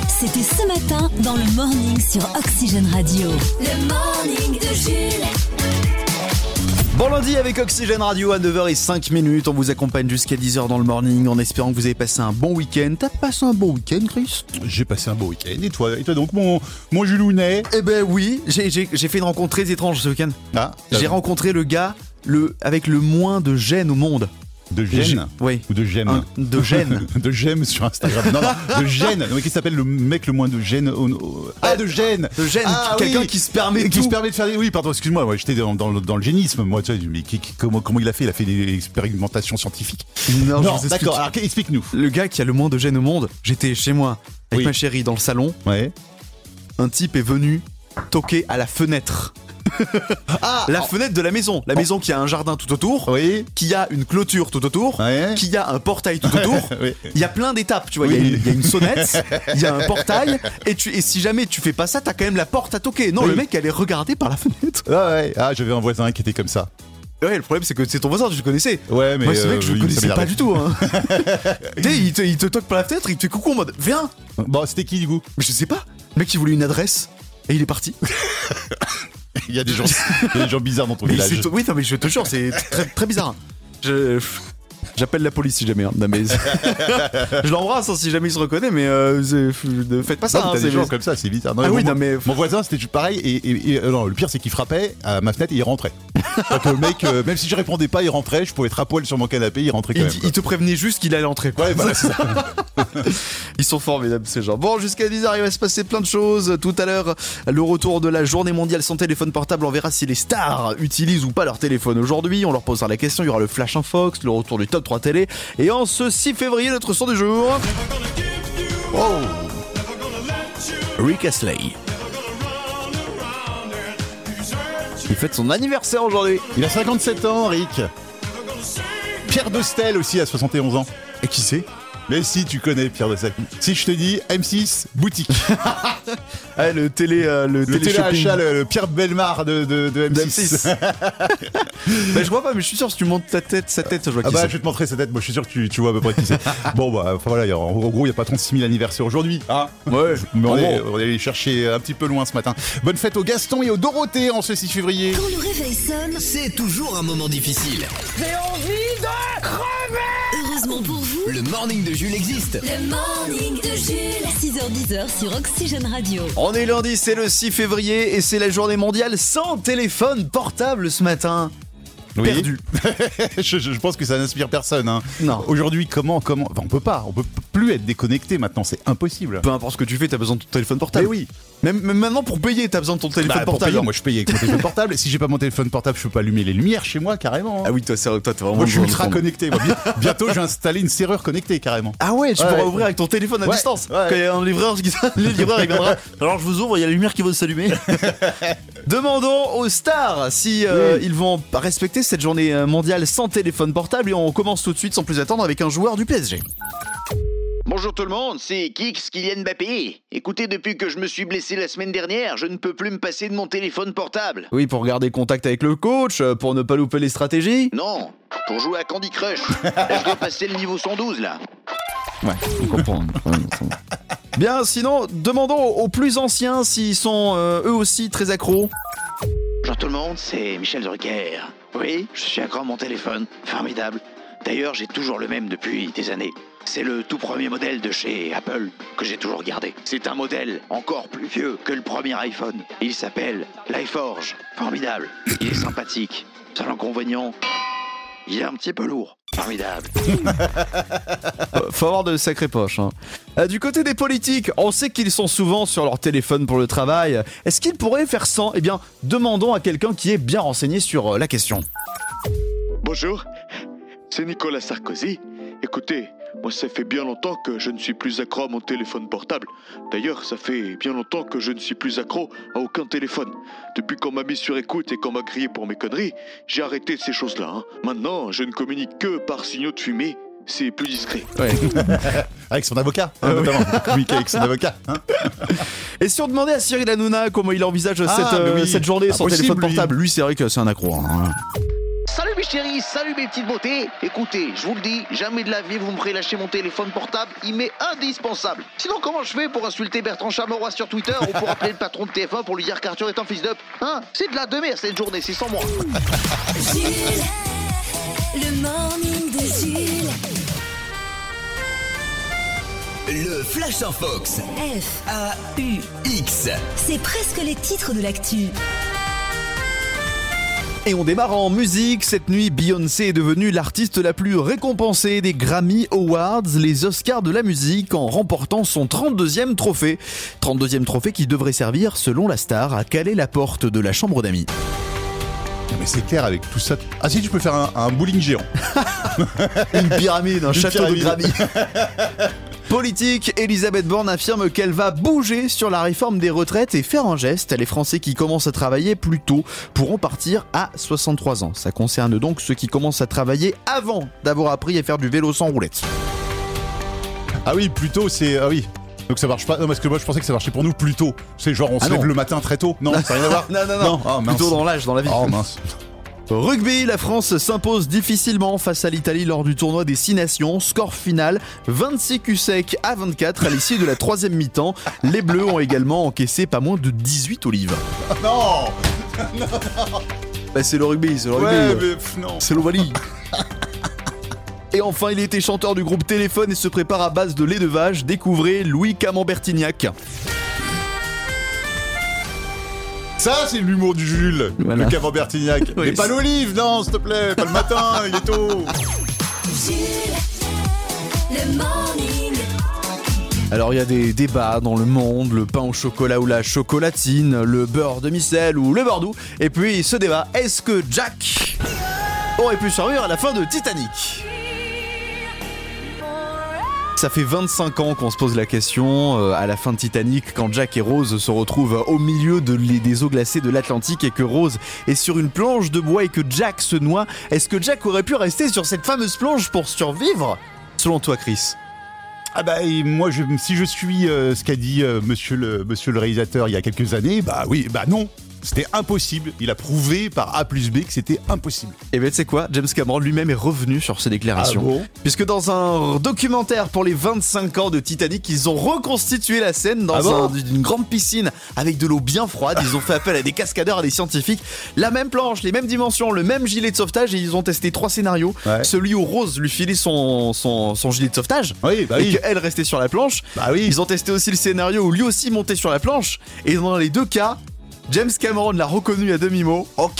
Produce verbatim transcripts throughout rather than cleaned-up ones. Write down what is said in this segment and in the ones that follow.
C'était ce matin dans le Morning sur Oxygène Radio. Le Morning de Jules. Bon lundi avec Oxygène Radio à neuf heures cinq. On vous accompagne jusqu'à dix heures dans le morning en espérant que vous avez passé un bon week-end. T'as passé un bon week-end, Chris ? J'ai passé un beau week-end. Et toi, et toi donc, mon, mon Julounet ? Eh ben oui, j'ai, j'ai, j'ai fait une rencontre très étrange ce week-end. Ah, j'ai rencontré le gars le, avec le moins de gêne au monde. De gêne ? Oui. Ou de j'aime Un, De gêne. De j'aime sur Instagram. Non, non, de gêne. Non, mais qui s'appelle le mec le moins de gêne au, au... Ah, de gêne. De gêne. Ah, Quelqu'un oui. qui se permet Qui tout. se permet de faire des... Oui, pardon, excuse-moi, ouais, j'étais dans, dans, dans le génisme, moi, tu sais, mais qui, qui, comment, comment il a fait ? Il a fait des expérimentations scientifiques. Non, Non, je vous d'accord, explique. alors explique-nous. Le gars qui a le moins de gêne au monde, j'étais chez moi avec Oui. ma chérie dans le salon. Ouais. Un type est venu toquer à la fenêtre. Ah La fenêtre de la maison. La Oh. maison qui a un jardin tout autour. Oui. Qui a une clôture tout autour. Ouais. Qui a un portail tout autour. Oui. Il y a plein d'étapes, tu vois. Il Oui. y a une- il y, a une sonnette, il y a un portail, et, tu, et si jamais tu fais pas ça, t'as quand même la porte à toquer. Non, Oui. le mec allait regarder par la fenêtre. Ah ouais. Ah, j'avais un voisin qui était comme ça. Ouais, le problème c'est que c'est ton voisin, tu le connaissais. Ouais, mais Moi, ce euh, mec, je oui, le ça connaissais m'énervait. pas du tout. Hein. Tu sais, il te, il te toque par la fenêtre, il te fait coucou en mode viens. Bon, c'était qui du coup ? Mais je sais pas. Le mec, il voulait une adresse, et il est parti. Il y a des gens, il y a des gens bizarres dans ton Mais il village. s'est- oui, non, mais je te jure, c'est très, très bizarre. Je. J'appelle la police si jamais. Hein. Non, mais... je l'embrasse hein, si jamais il se reconnaît, mais euh, c'est- ne faites pas ça. Non, hein, t'as c'est- des gens comme ça, c'est bizarre. Non, Ah mais oui, mon, non, mais- mon voisin, c'était juste pareil. Et, et- et- euh, non, le pire, c'est qu'il frappait à ma fenêtre et il rentrait. Donc le mec, euh, même si je répondais pas, il rentrait. Je pouvais être à poil sur mon canapé, il rentrait quand Il, même. il quoi. te prévenait juste qu'il allait entrer. Quoi. Ouais, voilà, c'est ça. Ils sont formidables ces gens. Bon, jusqu'à dix heures, il va se passer plein de choses. Tout à l'heure, le retour de la journée mondiale sans téléphone portable. On verra si les stars utilisent ou pas leur téléphone aujourd'hui. On leur posera la question. Il y aura le Flash Infox, le retour du top trois télé. Et en ce six février, notre son du jour. Oh, Rick Astley. Il fête son anniversaire aujourd'hui. Il a cinquante-sept ans, Rick. Pierre Dostel aussi a soixante et onze ans. Et qui c'est? Mais si tu connais Pierre Dostel. Si je te dis M six, boutique. Ah, le télé, euh, le, Le télé shopping. téléachat, le, le Pierre Belmar de, de, de M six. M six. Bah, je vois pas, mais je suis sûr, si tu montes ta tête, sa tête, je vois qui Ah bah c'est. je vais te montrer sa tête, moi je suis sûr que tu, tu vois à peu près qui c'est. Bon bah enfin, voilà, y a- en gros il n'y a pas trente-six mille anniversaires aujourd'hui. Hein Ouais, Mais on en est, gros. on est allé chercher un petit peu loin ce matin. Bonne fête au Gaston et au Dorothée en ce six février. Quand le réveil sonne, C'est toujours un moment difficile. heureusement pour vous, Le morning de Jules existe. le Morning de Jules. six heures dix sur Oxygène Radio. On est lundi, c'est le six février et c'est la journée mondiale sans téléphone portable ce matin. Oui. Perdu. je, je- je pense que ça n'inspire personne. Hein. Non. Aujourd'hui, comment, comment, enfin, on peut pas, on peut plus être déconnecté maintenant, c'est impossible. Peu importe ce que tu fais, t'as besoin de ton téléphone portable. Mais oui. Même, même maintenant pour payer, t'as besoin de ton téléphone Bah, pour portable. payer, moi je paye avec mon téléphone portable. Si j'ai pas mon téléphone portable, je peux pas allumer les lumières chez moi carrément. hein. Ah oui, toi, c'est, toi, t'es vraiment. Moi je suis dans le ultra fond. connecté. Moi. Bien- Bientôt, je vais installer une serrure connectée carrément. Ah ouais, tu Ouais, pourras ouais. ouvrir avec ton téléphone à Ouais, distance. ouais. Quand il y a un livreur, qui... le livreur il viendra. Alors je vous ouvre, il y a la lumière qui va s'allumer. Demandons aux stars si euh, ils vont respecter cette journée euh, mondiale sans téléphone portable et on commence tout de suite sans plus attendre avec un joueur du P S G. Bonjour tout le monde, c'est Kix Kylian Mbappé. Écoutez, depuis que je me suis blessé la semaine dernière, je ne peux plus me passer de mon téléphone portable. Oui, pour garder contact avec le coach, euh, pour ne pas louper les stratégies. Non, pour jouer à Candy Crush. Là, je dois passer le niveau cent douze là. Ouais, on comprend. Bien, sinon, demandons aux plus anciens s'ils sont euh, eux aussi très accros. Bonjour tout le monde, c'est Michel Drucker. Oui, je suis accro à mon téléphone. Formidable. D'ailleurs, j'ai toujours le même depuis des années. C'est le tout premier modèle de chez Apple que j'ai toujours gardé. C'est un modèle encore plus vieux que le premier iPhone. Il s'appelle l'iForge. Formidable. Il est sympathique. Seul inconvénient, il est un petit peu lourd. Formidable. Euh, Faut avoir de sacrées poches. Hein. Euh, du côté des politiques, on sait qu'ils sont souvent sur leur téléphone pour le travail. Est-ce qu'ils pourraient faire sans ? Eh bien, demandons à quelqu'un qui est bien renseigné sur euh, la question. Bonjour, c'est Nicolas Sarkozy. Écoutez, moi ça fait bien longtemps que je ne suis plus accro à mon téléphone portable. D'ailleurs, ça fait bien longtemps que je ne suis plus accro à aucun téléphone. Depuis qu'on m'a mis sur écoute et qu'on m'a grillé pour mes conneries, j'ai arrêté ces choses-là. hein. Maintenant, je ne communique que par signaux de fumée. C'est plus discret. Ouais. Avec son avocat, hein, notamment. Communiquer avec son avocat. Hein. Et si on demandait à Cyril Hanouna comment il envisage Ah, cette, euh, mais oui. cette journée sans Impossible, téléphone lui. portable, lui c'est vrai que c'est un accro. Hein. Salut Michel chéris, salut mes petites beautés. Écoutez, je vous le dis, jamais de la vie vous me ferez lâcher mon téléphone portable, il m'est indispensable. Sinon comment je fais pour insulter Bertrand Chameroy sur Twitter ou pour appeler le patron de T F un pour lui dire qu'Arthur est un fils d'up? Hein? C'est de la demeure cette journée, c'est sans moi. Jules, le morning de Jules. Le Flash en Fox. F, A U X. c'est presque les titres de l'actu. Et on démarre en musique. Cette nuit, Beyoncé est devenue l'artiste la plus récompensée des Grammy Awards, les Oscars de la musique, en remportant son trente-deuxième trophée. trente-deuxième trophée qui devrait servir, selon la star, à caler la porte de la chambre d'amis. Non, mais c'est clair avec tout ça. Ah si, tu peux faire un, un bowling géant. Une pyramide, un Une château pyramide. de Grammy. Politique, Elisabeth Borne affirme qu'elle va bouger sur la réforme des retraites et faire un geste. Les Français qui commencent à travailler plus tôt pourront partir à soixante-trois ans. Ça concerne donc ceux qui commencent à travailler avant d'avoir appris à faire du vélo sans roulette. Ah oui, plutôt c'est... Ah oui. Donc ça marche pas. Non, parce que moi je pensais que ça marchait pour nous plus tôt. C'est genre on se Ah lève non. le matin très tôt. Non, ça n'a rien à voir. Non, non, non, Ah, mince. plutôt dans l'âge, dans la vie. Oh mince. Rugby, la France s'impose difficilement face à l'Italie lors du tournoi des Six Nations. Score final, vingt-six culs secs à vingt-quatre à l'issue de la troisième mi-temps. Les Bleus ont également encaissé pas moins de dix-huit olives. Non. Bah, c'est le rugby, c'est le rugby. Ouais, mais pff, non. C'est l'Ovalie. Et enfin, il était chanteur du groupe Téléphone et se prépare à base de lait de vache. Découvrez Louis Camembert-Tignac. Ça, c'est l'humour du Jules, Voilà. le Camembert-Tignac. Oui, Mais pas c'est- l'olive, non, s'il te plaît, pas le matin, il est tôt. Jules, le morning. Alors il y a des débats dans le monde, le pain au chocolat ou la chocolatine, le beurre demi-sel ou le beurre doux. Et puis ce débat, est-ce que Jack aurait pu survivre à la fin de Titanic ? Ça fait vingt-cinq ans qu'on se pose la question, euh, à la fin de Titanic, quand Jack et Rose se retrouvent au milieu de, les- des eaux glacées de l'Atlantique et que Rose est sur une planche de bois et que Jack se noie. Est-ce que Jack aurait pu rester sur cette fameuse planche pour survivre ? Selon toi, Chris ? Ah bah et moi, je, si je suis euh, ce qu'a dit euh, monsieur, le, monsieur le réalisateur il y a quelques années, bah oui, bah non. C'était impossible. Il a prouvé par A plus B que c'était impossible. Et ben tu sais quoi, James Cameron lui-même est revenu sur ses déclarations. Ah bon ? Puisque dans un documentaire pour les vingt-cinq ans de Titanic, ils ont reconstitué la scène dans Ah bon un- une grande piscine avec de l'eau bien froide. Ils ont fait appel à des cascadeurs, à des scientifiques. La même planche, les mêmes dimensions, le même gilet de sauvetage et ils ont testé trois scénarios. Ouais. Celui où Rose lui filait son, son, son gilet de sauvetage Oui, bah et oui. qu'elle restait sur la planche. Bah oui. Ils ont testé aussi le scénario où lui aussi montait sur la planche. Et dans les deux cas, James Cameron l'a reconnu à demi-mot. Ok,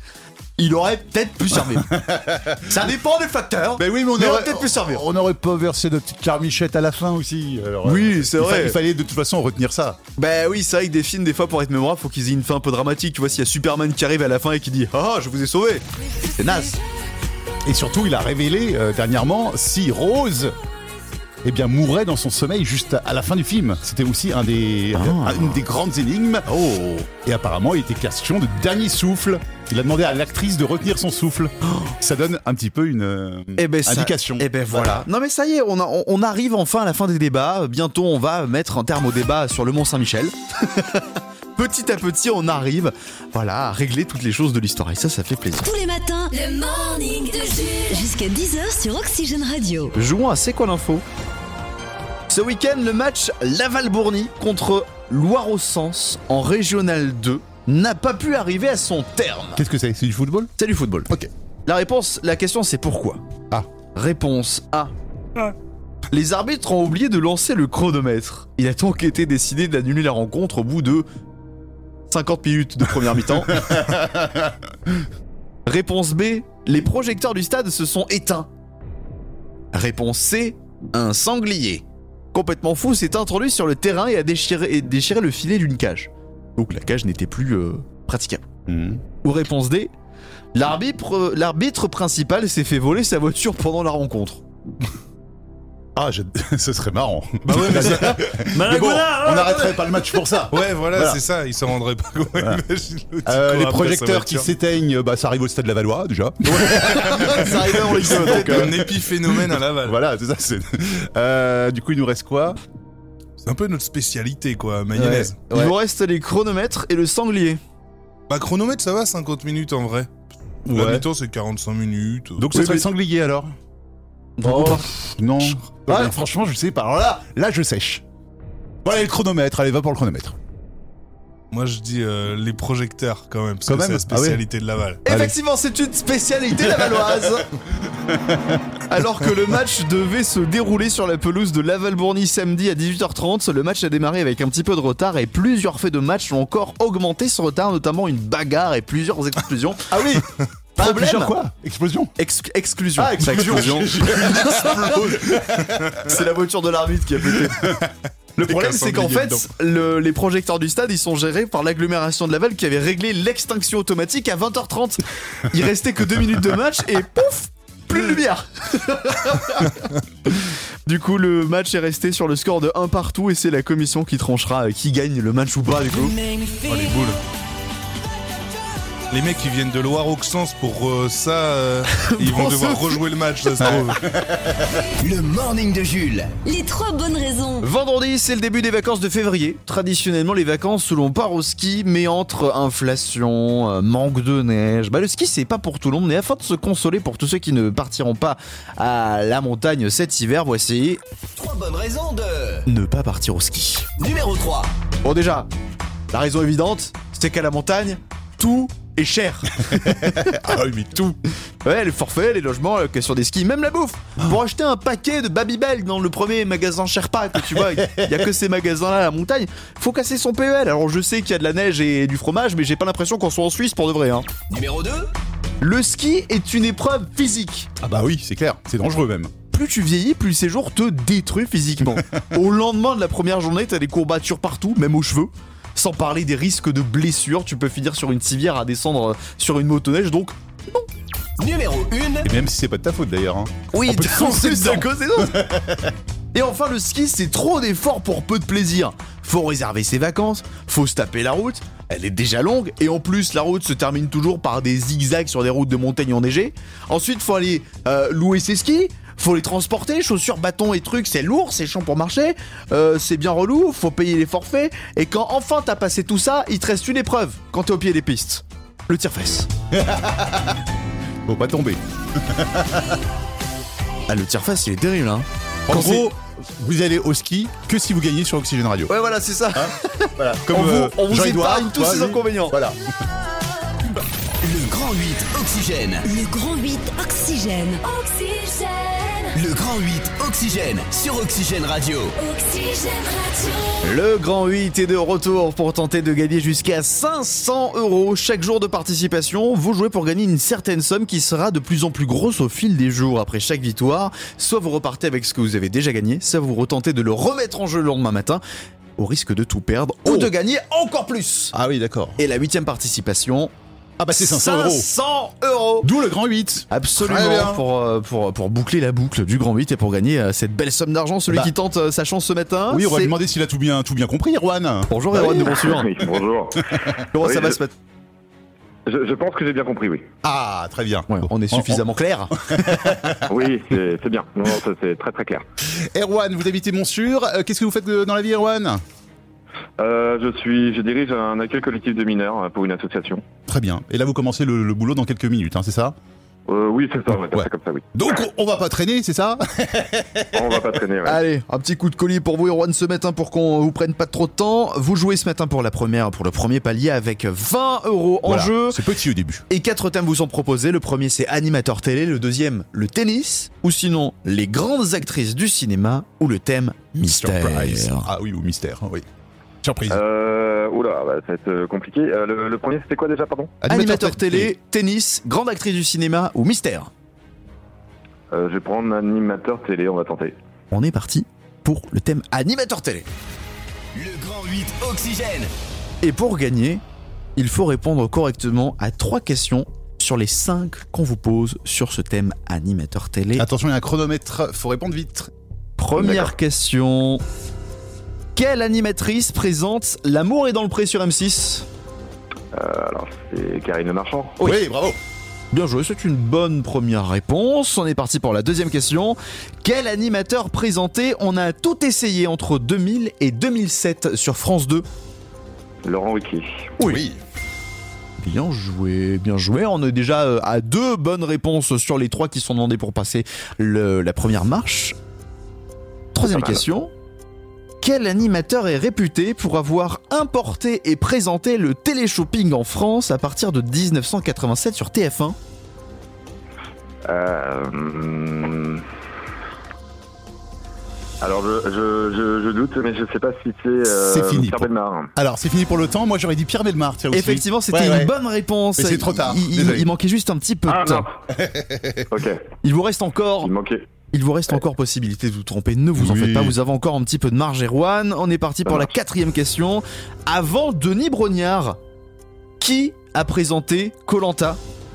il aurait peut-être pu survivre. Ça dépend des facteurs. Ben oui, mais on Mais on aurait aurait peut-être pu survivre. On n'aurait pas versé notre petite larmichette à la fin aussi. Alors, Oui, euh, c'est il vrai. fa- il fallait de toute façon retenir ça. Bah oui, c'est vrai que des films, des fois, pour être mémorable, faut qu'ils aient une fin un peu dramatique. Tu vois, s'il y a Superman qui arrive à la fin et qui dit ah, je vous ai sauvé. C'est naze. Et surtout, il a révélé euh, dernièrement si Rose, eh bien, mourrait dans son sommeil juste à la fin du film. C'était aussi un des, Ah. un- une des grandes énigmes. Oh. Et apparemment, il était question de dernier souffle. Il a demandé à l'actrice de retenir son souffle. Ça donne un petit peu une euh, Eh ben ça- indication. Eh ben voilà. Non mais ça y est, on, a- on- on arrive enfin à la fin des débats. Bientôt, on va mettre un terme au débat sur le Mont Saint-Michel. Petit à petit, on arrive, voilà, à régler toutes les choses de l'histoire. Et ça, ça fait plaisir. Tous les matins, le morning de Jules. Jusqu'à dix heures sur Oxygène Radio. Jouons à C'est quoi l'info ? Ce week-end, le match Laval-Bourny contre Loire-au-Sens en Régional deux n'a pas pu arriver à son terme. Qu'est-ce que c'est? C'est du football? C'est du football. Ok. La réponse, la question c'est pourquoi. Ah. Réponse A. Les arbitres ont oublié de lancer le chronomètre. Il a donc été décidé d'annuler la rencontre au bout de cinquante minutes de première mi-temps. Réponse B. Les projecteurs du stade se sont éteints. Réponse C. Un sanglier complètement fou s'est introduit sur le terrain et a déchiré, et déchiré le filet d'une cage. Donc la cage n'était plus euh, praticable. Mmh. Ou réponse D. L'arbitre, l'arbitre principal s'est fait voler sa voiture pendant la rencontre. Ah, je... ce serait marrant. Bah ouais, mais ça- Mais bon, on n'arrêterait pas le match pour ça. Ouais, voilà, Voilà. c'est ça, ils s'en rendraient pas compte. Imagine le type Euh, court les après projecteurs sa qui voiture. s'éteignent, bah, ça arrive au stade Lavallois déjà. Ça arrivait en Ligue deux. Donc, euh, Un épiphénomène à Laval. Voilà, c'est ça. C'est... Euh, du coup, il nous reste quoi? C'est un peu notre spécialité, quoi, mayonnaise. Il vous reste les chronomètres et le sanglier. Bah, chronomètre, ça va, cinquante minutes en vrai. Ouais. La mi-temps, c'est quarante-cinq minutes. Donc ce Oui, serait mais- le sanglier alors? Oh. Non. Ah, franchement, je sais pas. Alors là, là, je sèche. Bon, allez, le chronomètre. Allez, va pour le chronomètre. Moi, je dis euh, les projecteurs quand même, parce Quand que même c'est la spécialité de Laval. Effectivement, c'est une spécialité lavalloise. Alors que le match devait se dérouler sur la pelouse de Laval-Bourny samedi à dix-huit heures trente, le match a démarré avec un petit peu de retard et plusieurs faits de match ont encore augmenté ce retard, notamment une bagarre et plusieurs explosions. Ah oui. Problème. Plusieurs quoi? Explosion. Ex- exclusion. Ah, explosion. C'est la voiture de l'arbitre qui a pété. Le problème, c'est qu'en fait, le- les projecteurs du stade, ils sont gérés par l'agglomération de Laval qui avait réglé l'extinction automatique à vingt heures trente. Il restait que deux minutes de match et pouf, plus de lumière. Du coup, le match est resté sur le score de un partout et c'est la commission qui tranchera qui gagne le match ou pas, du coup. Oh, les boules. Les mecs qui viennent de Loire-Auxence pour euh, ça, euh, ils vont Pour devoir ce- rejouer le match, ça se trouve. Le morning de Jules. Les trois bonnes raisons. Vendredi, c'est le début des vacances de février. Traditionnellement, les vacances où l'on part au ski, mais entre inflation, euh, manque de neige, bah le ski c'est pas pour tout le monde. Mais afin de se consoler pour tous ceux qui ne partiront pas à la montagne cet hiver, voici Trois bonnes raisons de... ne pas partir au ski. Numéro trois. Bon déjà, la raison évidente, c'est qu'à la montagne, tout est cher. Ah oui, mais tout. Ouais, les forfaits, les logements, la location des skis, même la bouffe. Pour acheter un paquet de Babybel dans le premier magasin Sherpa, que tu vois, il y a que ces magasins-là à la montagne, faut casser son P E L. Alors je sais qu'il y a de la neige et du fromage, mais j'ai pas l'impression qu'on soit en Suisse pour de vrai. Hein. Numéro deux. Le ski est une épreuve physique. Ah bah oui, c'est clair. C'est dangereux même. Plus tu vieillis, plus le séjour te détruit physiquement. Au lendemain de la première journée, t'as des courbatures partout, même aux cheveux. Sans parler des risques de blessures, tu peux finir sur une civière à descendre sur une motoneige, donc Numéro une. Et même si c'est pas de ta faute d'ailleurs. Hein. oui, On peut te en foncer plus, dedans. à cause des autres. Et enfin, le ski, c'est trop d'efforts pour peu de plaisir. Faut réserver ses vacances, faut se taper la route, elle est déjà longue, et en plus, la route se termine toujours par des zigzags sur des routes de montagne enneigées. Ensuite, faut aller euh, louer ses skis, faut les transporter, chaussures, bâtons et trucs, c'est lourd, c'est chiant pour marcher, euh, c'est bien relou, faut payer les forfaits, et quand enfin t'as passé tout ça, il te reste une épreuve quand t'es au pied des pistes. Le tire-fesse. Faut pas tomber. Ah, le tire-fesse, il est terrible, hein. En Quand gros, vous allez au ski que si vous gagnez sur Oxygène Radio. Ouais, voilà, c'est ça. Voilà. Comme on vous, euh, on vous Jean-Édouard, épargne tous toi, ces lui. inconvénients. Voilà. Le grand huit Oxygène. Le grand huit Oxygène. Oxygène. Le grand huit Oxygène sur Oxygène Radio. Oxygène Radio. Le Grand huit est de retour pour tenter de gagner jusqu'à cinq cents euros chaque jour de participation. Vous jouez pour gagner une certaine somme qui sera de plus en plus grosse au fil des jours après chaque victoire. Soit vous repartez avec ce que vous avez déjà gagné, soit vous retentez de le remettre en jeu le lendemain matin au risque de tout perdre ou Oh. de gagner encore plus. Ah oui, d'accord. Et la huitième participation, Ah bah c'est cinq cents euros. cinq cents euros. D'où le grand huit. Très Absolument, bien. pour, euh, pour, pour boucler la boucle du Grand huit et pour gagner euh, cette belle somme d'argent. Celui Bah. qui tente euh, sa chance ce matin, Oui, on va c'est- lui demander s'il a tout bien, tout bien compris, Erwan. Bonjour Erwan de Bonsoir. Oui, bonjour. Comment Oui, ça va je- ce matin? Je, je pense que j'ai bien compris, oui. Ah, très bien. Ouais, on est suffisamment clair. Oui, c'est c'est bien. Non, non, ça, c'est très très clair. Erwan, vous habitez Montsûr. Euh, Qu'est-ce que vous faites euh, dans la vie, Erwan? Euh, je suis, je dirige un accueil collectif de mineurs euh, pour une association. Très bien. Et là, vous commencez le, le boulot dans quelques minutes, hein, c'est ça? Euh, oui, c'est ça, ouais, Ouais. c'est comme ça, oui. Donc, on, on va pas traîner, c'est ça? On va pas traîner, ouais. Allez, un petit coup de collier pour vous Erwan ce matin pour qu'on vous prenne pas trop de temps. Vous jouez ce matin pour la première, pour le premier palier avec vingt euros en Voilà. jeu. C'est petit au début. Et quatre thèmes vous sont proposés. Le premier c'est animateur télé, le deuxième le tennis, ou sinon les grandes actrices du cinéma, ou le thème mystère. Surprise. Ah oui, ou mystère, oui. Surprise. Euh, oula, bah, ça va être euh, compliqué. Euh, le, le premier, c'était quoi déjà, pardon? Animateur télé, tennis, grande actrice du cinéma ou mystère. euh, Je vais prendre animateur télé, on va tenter. On est parti pour le thème animateur télé. Le grand huit Oxygène. Et pour gagner, il faut répondre correctement à trois questions sur les cinq qu'on vous pose sur ce thème animateur télé. Attention, il y a un chronomètre, faut répondre vite. Première D'accord. question. Quelle animatrice présente L'amour est dans le pré sur M six? Euh, alors, c'est Karine Le Marchand. Oui. Oui, bravo. Bien joué, c'est une bonne première réponse. On est parti pour la deuxième question. Quel animateur présentait On a tout essayé entre deux mille et deux mille sept sur France deux? Laurent Ruquier. Oui. Bien joué, bien joué. On est déjà à deux bonnes réponses sur les trois qui sont demandées pour passer le, la première marche. Troisième question. Quel animateur est réputé pour avoir importé et présenté le téléshopping en France à partir de dix-neuf cent quatre-vingt-sept sur T F un ? Euh... Alors je, je, je, je doute, mais je sais pas si c'est, euh, C'est fini. Pierre pour- Bellemare. Alors, c'est fini pour le temps. Moi, j'aurais dit Pierre Bellemare. Tiens, aussi. Effectivement, c'était Ouais, une ouais. bonne réponse. Mais c'est trop tard. Il, il- Désolé. il manquait juste un petit peu de Ah temps. non. Ok, Il vous reste encore, il manquait. il vous reste encore possibilité de vous tromper. Ne vous en Oui. faites pas. Vous avez encore un petit peu de marge, Erwan. On est parti pour la quatrième question. Avant Denis Brognard, qui a présenté Koh-Lanta ?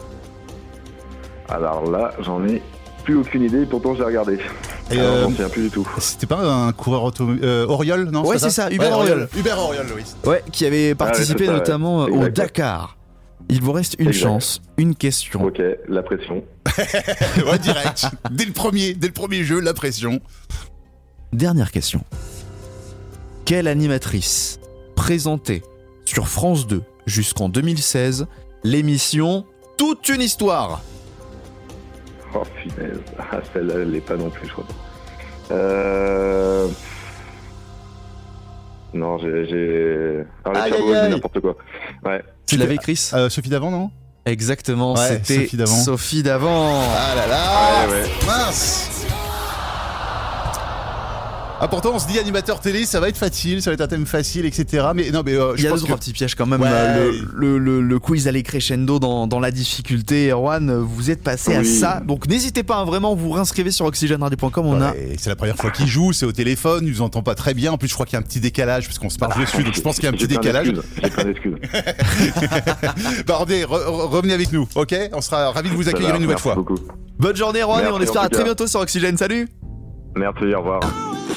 Alors là, j'en ai plus aucune idée, pourtant j'ai regardé. Et, Alors, euh, j'en souviens plus du tout. C'était pas un coureur automobile. Euh, Auriol, non Ouais, pas c'est ça, Hubert Ouais, Auriol. Hubert Auriol, oui. Ouais, qui avait participé c'est ça, ouais. notamment au Exact. Dakar. Il vous reste une Exact. chance, une question. Ok, la pression. Ouais, direct. Dès le premier, dès le premier jeu, la pression. Dernière question. Quelle animatrice présentait sur France deux jusqu'en deux mille seize l'émission Toute une histoire ? Oh punaise, ah, celle-là, elle l'est pas non plus, je crois. Euh... Non, j'ai... j'ai... Alors, Aïe, les cerveaux, aïe, je dis aïe. n'importe quoi. Ouais. Tu l'avais, Chris ? Euh, Sophie Davant, non Exactement, Ouais, c'était Sophie Davant. Sophie Davant. Ah là là Ouais, ouais. Mince. Ah, pourtant, on se dit animateur télé, ça va être facile, ça va être un thème facile, et cetera. Mais non, mais euh, Il je y a deux pense trois que... petits pièges quand même. Ouais. Euh, Le, le, le, le quiz allait crescendo dans, dans la difficulté. Erwan, vous êtes passé à Oui. ça. Donc n'hésitez pas, hein, vraiment, vous réinscrivez sur oxygène radio point com. On a Ouais, c'est la première fois qu'il joue, c'est au téléphone, il nous entend pas très bien. En plus, je crois qu'il y a un petit décalage parce qu'on se parle dessus, donc je pense qu'il y a un J'ai petit plein décalage. d'excuses, J'ai plein d'excuses. Bah, regardez, re- re- revenez avec nous, ok? On sera ravis de vous Ça accueillir va, une nouvelle merci fois. beaucoup. bonne journée, Erwan, et Merci, on en espère tout à très cas. bientôt sur Oxygène. Salut. Merci, au revoir.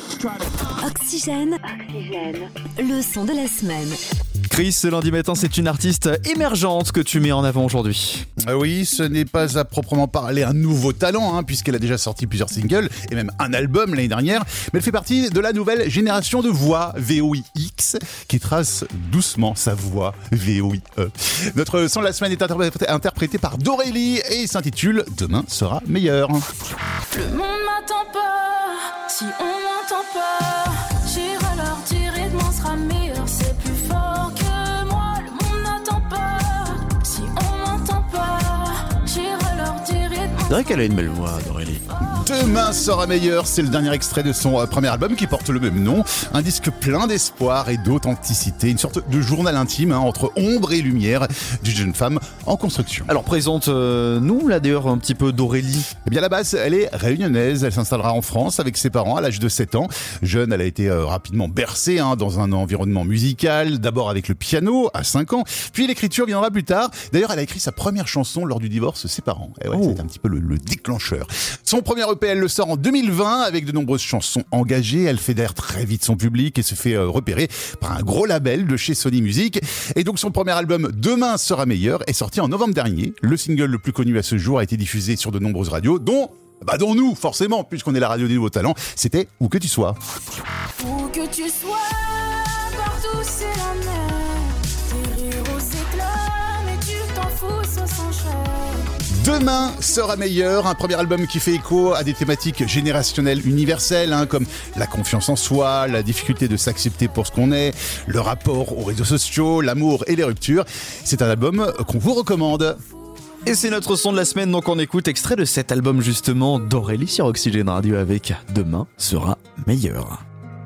Oxygène. Oxygène. Le son de la semaine. Chris, ce lundi matin, c'est une artiste émergente que tu mets en avant aujourd'hui. Euh, oui, ce n'est pas à proprement parler un nouveau talent, hein, puisqu'elle a déjà sorti plusieurs singles et même un album l'année dernière. Mais elle fait partie de la nouvelle génération de voix V O I X qui trace doucement sa voix V O I E. Notre son de la semaine est interprété, interprété par Dorélie et s'intitule Demain sera meilleur. Le monde m'attend pas, si on m'entend pas, j'irai leur dire et demain sera meilleur, c'est plus fort que moi. Le monde n'attend pas, si on m'entend pas, j'irai leur dire et demain. C'est vrai qu'elle a une belle voix, Dorélie. Demain sera meilleur, c'est le dernier extrait de son euh, premier album qui porte le même nom. Un disque plein d'espoir et d'authenticité, une sorte de journal intime hein, entre ombre et lumière d'une jeune femme en construction. Alors présente-nous là d'ailleurs un petit peu d'Aurélie. Eh bien à la base, elle est réunionnaise, elle s'installera en France avec ses parents à l'âge de sept ans. Jeune, elle a été euh, rapidement bercée hein, dans un environnement musical, d'abord avec le piano à cinq ans, puis l'écriture viendra plus tard. D'ailleurs, elle a écrit sa première chanson lors du divorce de ses parents. Et ouais, Oh. c'est un petit peu le, le déclencheur. Son premier E P, elle le sort en deux mille vingt avec de nombreuses chansons engagées. Elle fédère très vite son public et se fait euh, repérer par un gros label de chez Sony Music. Et donc son premier album Demain sera meilleur est sorti en novembre dernier. Le single le plus connu à ce jour a été diffusé sur de nombreuses radios, dont bah dont nous forcément puisqu'on est la radio des nouveaux talents. C'était Où que tu sois. Où que tu sois, partout c'est la mer. Tes rires aux éclats, mais tu t'en fous, ça s'enchaîne. Demain sera meilleur, un premier album qui fait écho à des thématiques générationnelles universelles, hein, comme la confiance en soi, la difficulté de s'accepter pour ce qu'on est, le rapport aux réseaux sociaux, l'amour et les ruptures. C'est un album qu'on vous recommande. Et c'est notre son de la semaine, donc on écoute extrait de cet album justement d'Aurélie sur Oxygène Radio avec Demain sera meilleur.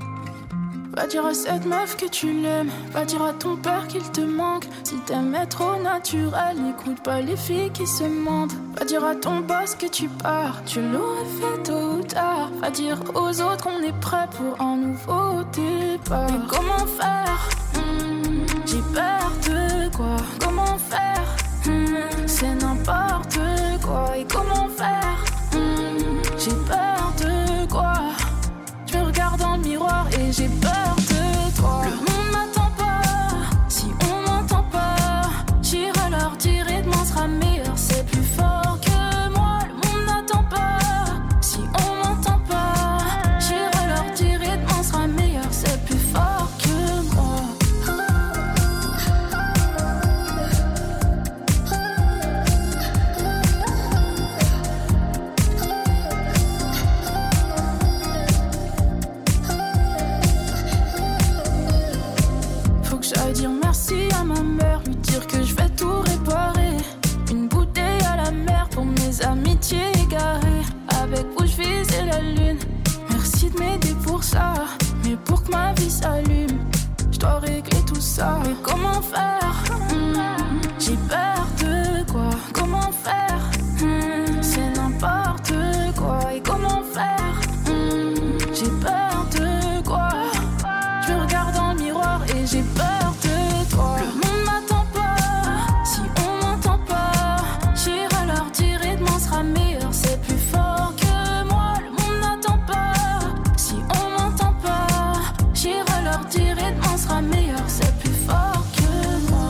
Va dire à cette meuf que tu l'aimes, va dire à ton père qu'il te manque. Si t'aimes trop naturel, n'écoute pas les filles qui se mentent. Va dire à ton boss que tu pars, tu l'aurais fait tôt ou tard. Va dire aux autres qu'on est prêt pour un nouveau départ. Mais comment faire hmm, j'ai peur de quoi. Comment faire hmm, c'est n'importe quoi. Et comment faire hmm, j'ai peur de quoi. Je me regarde dans le miroir et j'ai peur de toi. Le monde m'attend pas, si on m'entend pas, j'irai leur dire et demain sera meilleur, c'est plus fort que moi. Le monde n'attend pas, si on m'entend pas, j'irai leur dire et demain sera meilleur, c'est plus fort que moi. comment faire? Hmm, j'ai peur de quoi? Comment faire? Hmm, c'est n'importe quoi. Et comment faire? Hmm, j'ai peur de quoi? Je me regarde dans le miroir et j'ai peur de quoi? Le monde m'attend pas. Si on m'entend pas, j'irai leur dire et demain sera meilleur. C'est plus fort que moi. Le monde n'attend pas. Si on m'entend pas, j'irai leur dire et demain sera meilleur. C'est plus fort que moi.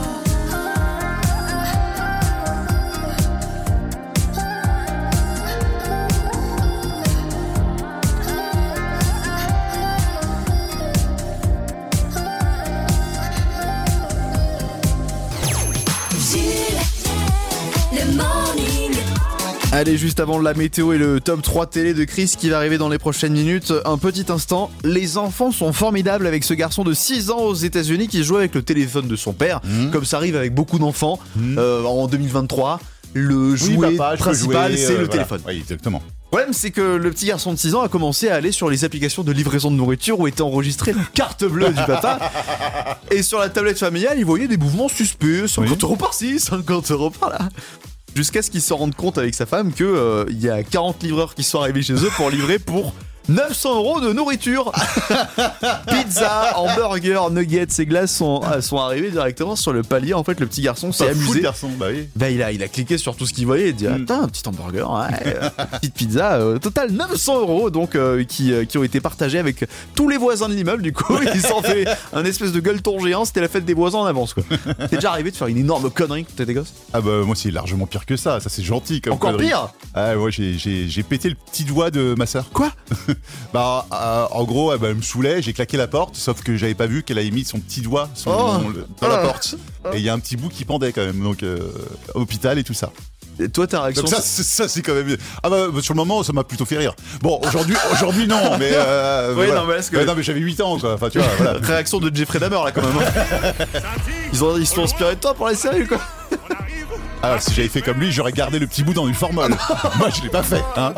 Le morning. Allez, juste avant la météo et le top trois télé de Chris qui va arriver dans les prochaines minutes, un petit instant. Les enfants sont formidables avec ce garçon de six ans aux États-Unis qui joue avec le téléphone de son père, mmh. comme ça arrive avec beaucoup d'enfants mmh. euh, en deux mille vingt-trois. Le jouet oui, papa, principal, jouer, c'est euh, le voilà. téléphone. Oui, exactement. Le problème, c'est que le petit garçon de six ans a commencé à aller sur les applications de livraison de nourriture où était enregistrée la carte bleue du papa. Et sur la tablette familiale, il voyait des mouvements suspects, cinquante oui. euros par-ci, cinquante euros par-là. Jusqu'à ce qu'il se rende compte avec sa femme que euh, il y a quarante livreurs qui sont arrivés chez eux pour livrer pour neuf cents euros de nourriture. Pizza, hamburger, nuggets et glaces sont, sont arrivés directement sur le palier. En fait, le petit garçon s'est amusé. Le garçon, bah oui. Bah, il a, il a cliqué sur tout ce qu'il voyait et dit mm. attends, un petit hamburger, ouais, petite pizza, euh, total neuf cents euros donc euh, qui, euh, qui ont été partagés avec tous les voisins de l'immeuble. Du coup, ils s'en fait un espèce de gueuleton géant. C'était la fête des voisins en avance, quoi. T'es déjà arrivé de faire une énorme connerie quand t'étais gosse? Ah bah moi c'est largement pire que ça. Ça c'est gentil comme Encore connerie. Pire. Ah ouais, j'ai, j'ai, j'ai pété le petit doigt de ma sœur. Quoi? Bah euh, en gros, bah, elle me saoulait, j'ai claqué la porte, sauf que j'avais pas vu qu'elle avait mis son petit doigt son, oh. le, dans oh. la porte. Et il y a un petit bout qui pendait quand même, donc euh, hôpital et tout ça. Et toi, ta réaction? Donc ça, c'est, ça, c'est quand même. Ah bah sur le moment, ça m'a plutôt fait rire. Bon, aujourd'hui, aujourd'hui non, mais. Euh, oui, voilà. non, mais, est-ce que... ouais, non, mais j'avais huit ans, quoi. Enfin, tu vois. Voilà. Réaction de Jeffrey Dahmer là, quand même. Ils ont, ils se sont inspirés de toi pour la série, quoi. Alors, si j'avais fait comme lui, j'aurais gardé le petit bout dans du formol. Moi, je l'ai pas fait. Hein.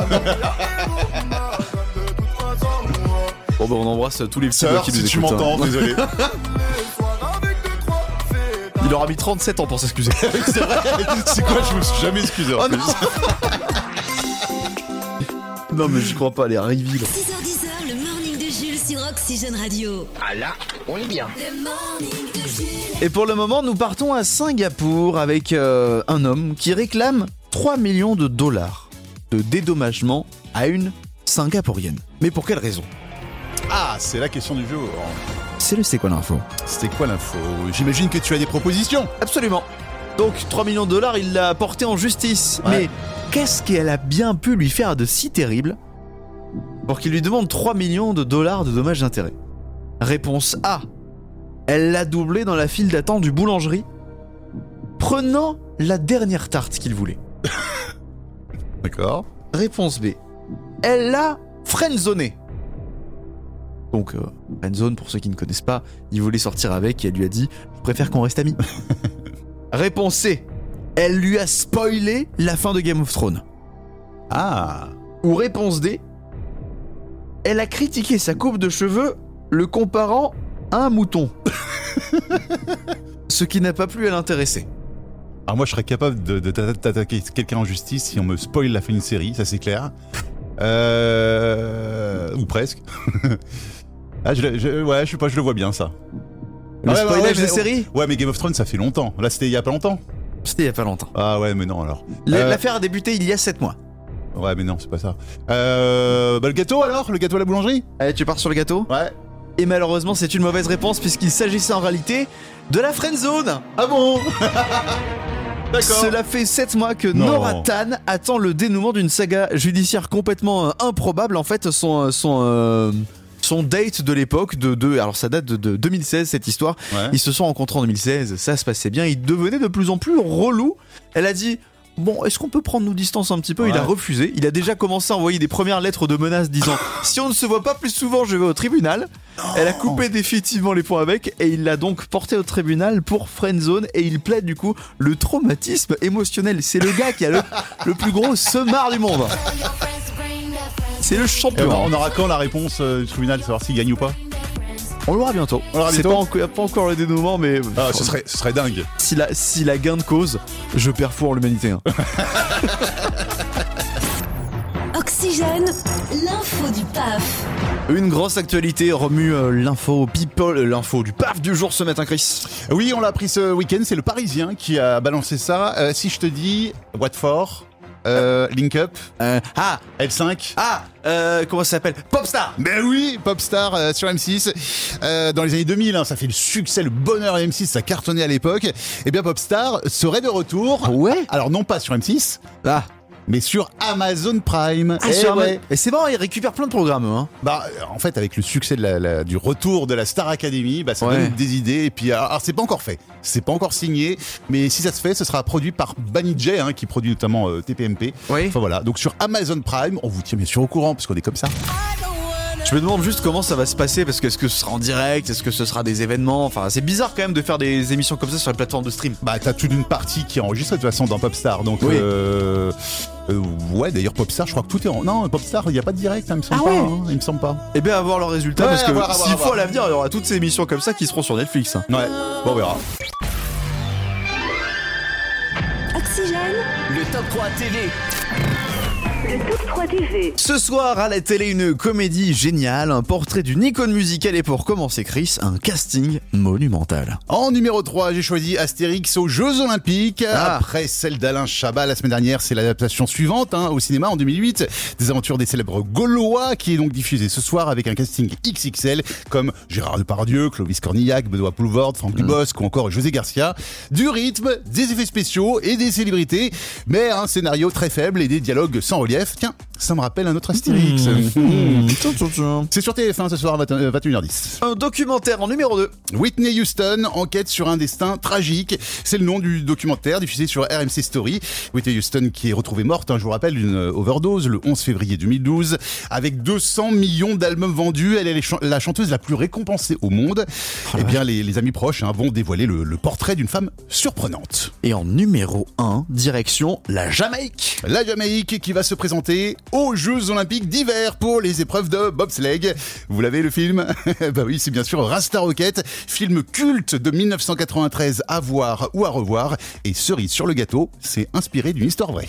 Bon, bah, on embrasse tous les petits Sœur, qui si nous tu écoutent. m'entends, hein. désolé. Il aura mis trente-sept ans pour s'excuser. C'est vrai. C'est quoi? Je me suis jamais excusé. En oh plus. non. Non, mais j'y crois pas, les reveals. six heures dix, le morning de Jules sur Oxygène Radio. Ah là, on est bien. Le morning de Jules. Et pour le moment, nous partons à Singapour avec euh, un homme qui réclame trois millions de dollars de dédommagement à une Singapourienne. Mais pour quelle raison? Ah, c'est la question du jour. C'est le C'est quoi l'info? C'était quoi l'info? J'imagine que tu as des propositions. Absolument. Donc trois millions de dollars, il l'a porté en justice. Ouais. Mais qu'est-ce qu'elle a bien pu lui faire de si terrible pour qu'il lui demande trois millions de dollars de dommages et intérêts? Réponse A. Elle l'a doublé dans la file d'attente du boulangerie, prenant la dernière tarte qu'il voulait. D'accord. Réponse B. Elle l'a friendzoné. Donc, euh, friendzone, pour ceux qui ne connaissent pas, il voulait sortir avec et elle lui a dit « Je préfère qu'on reste amis ». Réponse C. Elle lui a spoilé la fin de Game of Thrones. Ah. Ou réponse D. Elle a critiqué sa coupe de cheveux, le comparant à un mouton. Ce qui n'a pas plu à l'intéresser. Alors moi, je serais capable de, de t'attaquer quelqu'un en justice si on me spoil la fin d'une série, ça c'est clair. Euh... Ou presque. Ah, je, je, ouais, je sais pas, je le vois bien ça. Le ah, ouais, spoilage ouais, de mais, série? Ouais, mais Game of Thrones, ça fait longtemps. Là, c'était il y a pas longtemps. C'était il y a pas longtemps. Ah ouais, mais non alors. L- euh... L'affaire a débuté il y a sept mois. Ouais, mais non, c'est pas ça. Euh... Bah le gâteau alors? Le gâteau à la boulangerie? Allez, tu pars sur le gâteau? Ouais. Et malheureusement, c'est une mauvaise réponse puisqu'il s'agissait en réalité de la friendzone. Ah bon? D'accord. Cela fait sept mois que Non. Nora Tan attend le dénouement d'une saga judiciaire complètement euh, improbable. En fait, son son euh, son date de l'époque de, de alors ça date de, de deux mille seize cette histoire. Ouais. Ils se sont rencontrés en deux mille seize, ça se passait bien. Il devenait de plus en plus relou. Elle a dit bon, est-ce qu'on peut prendre nos distances un petit peu? Ouais. Il a refusé. Il a déjà commencé à envoyer des premières lettres de menaces disant si on ne se voit pas plus souvent, je vais au tribunal. Non. Elle a coupé définitivement les points avec et il l'a donc porté au tribunal pour friendzone et il plaide du coup le traumatisme émotionnel. C'est le gars qui a le, le plus gros seumard du monde. C'est le champion. On aura quand la réponse euh, du tribunal, savoir s'il gagne ou pas? On l'aura bientôt. On l'aura C'est bientôt. pas, enco- pas encore le dénouement, mais Ah, ce serait, ce serait dingue. si la, si la gain de cause, je perds foi en l'humanité. Hein. Oxygène, l'info du P A F. Une grosse actualité remue euh, l'info people, euh, l'info du P A F du jour ce matin, Chris. Oui, on l'a appris ce week-end, c'est le Parisien qui a balancé ça. Euh, si je te dis What for, euh, Link Up, Euh, ah, L cinq. ah, euh, comment ça s'appelle? Popstar. Ben oui, Popstar euh, sur M six. Euh, dans les années deux mille, hein, ça fait le succès, le bonheur M six, ça cartonnait à l'époque. Et bien Popstar serait de retour. Ouais. Alors non pas sur M six, Ah, mais sur Amazon Prime. ah Eh sur ouais. Ama- Et c'est bon, ils récupèrent plein de programmes. Hein. Bah, en fait, avec le succès de la, la- du retour de la Star Academy, bah, ça Ouais. donne des idées. Et puis, alors, alors, c'est pas encore fait, c'est pas encore signé, mais si ça se fait, ce sera produit par Banijay, hein, qui produit notamment euh, T P M P. Oui. Enfin voilà. Donc sur Amazon Prime, on vous tient bien sûr au courant parce qu'on est comme ça. Je me demande juste comment ça va se passer parce que est-ce que ce sera en direct, est-ce que ce sera des événements. Enfin, c'est bizarre quand même de faire des émissions comme ça sur les plateformes de stream. Bah, t'as toute une partie qui est enregistrée de toute façon dans Popstar. Donc, Oui. euh, euh, ouais, d'ailleurs Popstar, je crois que tout est en. Non, Popstar, il n'y a pas de direct, hein, il me semble Ah ouais. pas. Hein, il me semble pas. Et bien avoir leurs résultats Ouais, parce que à voir, à voir, s'il à faut voir. à l'avenir, il y aura toutes ces émissions comme ça qui seront sur Netflix. Hein. Ouais. Bon, on verra. Oxygène, Le top trois T V. le top trois T V. Ce soir à la télé, une comédie géniale, un portrait d'une icône musicale et pour commencer Chris, un casting monumental. En numéro trois, j'ai choisi Astérix aux Jeux Olympiques. Ah. Après celle d'Alain Chabat la semaine dernière, c'est l'adaptation suivante hein, au cinéma en deux mille huit des aventures des célèbres Gaulois qui est donc diffusée ce soir avec un casting X X L comme Gérard Depardieu, Clovis Cornillac, Benoît Poulvord, Franck Dubosc ou encore José Garcia. Du rythme, des effets spéciaux et des célébrités, mais un scénario très faible et des dialogues sans relief. Tiens, ça me rappelle un autre Astérix. Mmh. C'est sur T F un ce soir à vingt et une heures dix. Un documentaire en numéro deux. Whitney Houston, enquête sur un destin tragique. C'est le nom du documentaire diffusé sur R M C Story. Whitney Houston qui est retrouvée morte, hein, je vous rappelle, d'une overdose le onze février deux mille douze. Avec deux cents millions d'albums vendus, elle est la chanteuse la plus récompensée au monde. Oh Eh bien, les, les amis proches hein, vont dévoiler le, le portrait d'une femme surprenante. Et en numéro un, direction la Jamaïque. La Jamaïque qui va se présenter aux Jeux Olympiques d'hiver pour les épreuves de bobsleigh. Vous l'avez le film? Bah oui, c'est bien sûr Rasta Rocket, film culte de mille neuf cent quatre-vingt-treize à voir ou à revoir. Et cerise sur le gâteau, c'est inspiré d'une histoire vraie.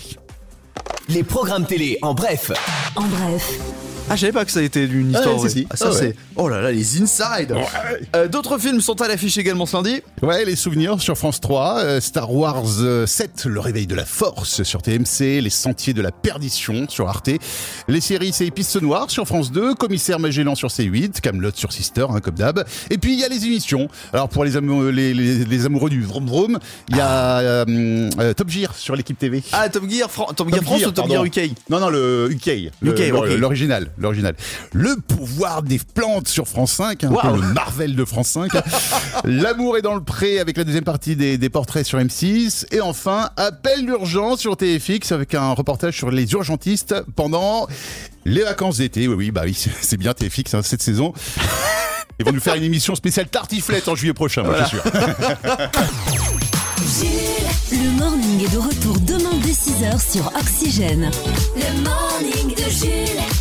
Les programmes télé en bref. En bref, Ah, je savais pas que ça a été une histoire. Ah, vraie. si, si. Ah, ça Ah, ouais. c'est. Oh là là, les inside. Euh, D'autres films sont à l'affiche également ce lundi. Ouais, les souvenirs sur France trois, euh, Star Wars euh, sept, le réveil de la force sur T M C, les sentiers de la perdition sur Arte, les séries c'est Pistes Noires sur France deux, Commissaire Magellan sur C huit, Kaamelott sur Sister, hein, comme d'hab. Et puis il y a les émissions. Alors pour les, amoureux, les, les, les amoureux du vroom vroom, il y a euh, euh, Top Gear sur l'équipe T V. Ah, Top Gear, Fran- Top Gear France ou Top pardon. Gear U K? Non, non, le U K. Le- U K, le- ok. L'original, l'original. Le pouvoir des plantes sur France cinq, un Wow. peu le Marvel de France cinq. L'amour est dans le pré avec la deuxième partie des, des portraits sur M six. Et enfin, Appel d'urgence sur T F X avec un reportage sur les urgentistes pendant les vacances d'été. Oui, oui, bah oui, c'est c'est bien T F X hein, cette saison. Ils vont nous faire une émission spéciale tartiflette en juillet prochain, moi, je suis sûr. Jules, le morning est de retour demain dès six heures sur Oxygène. Le morning de Jules.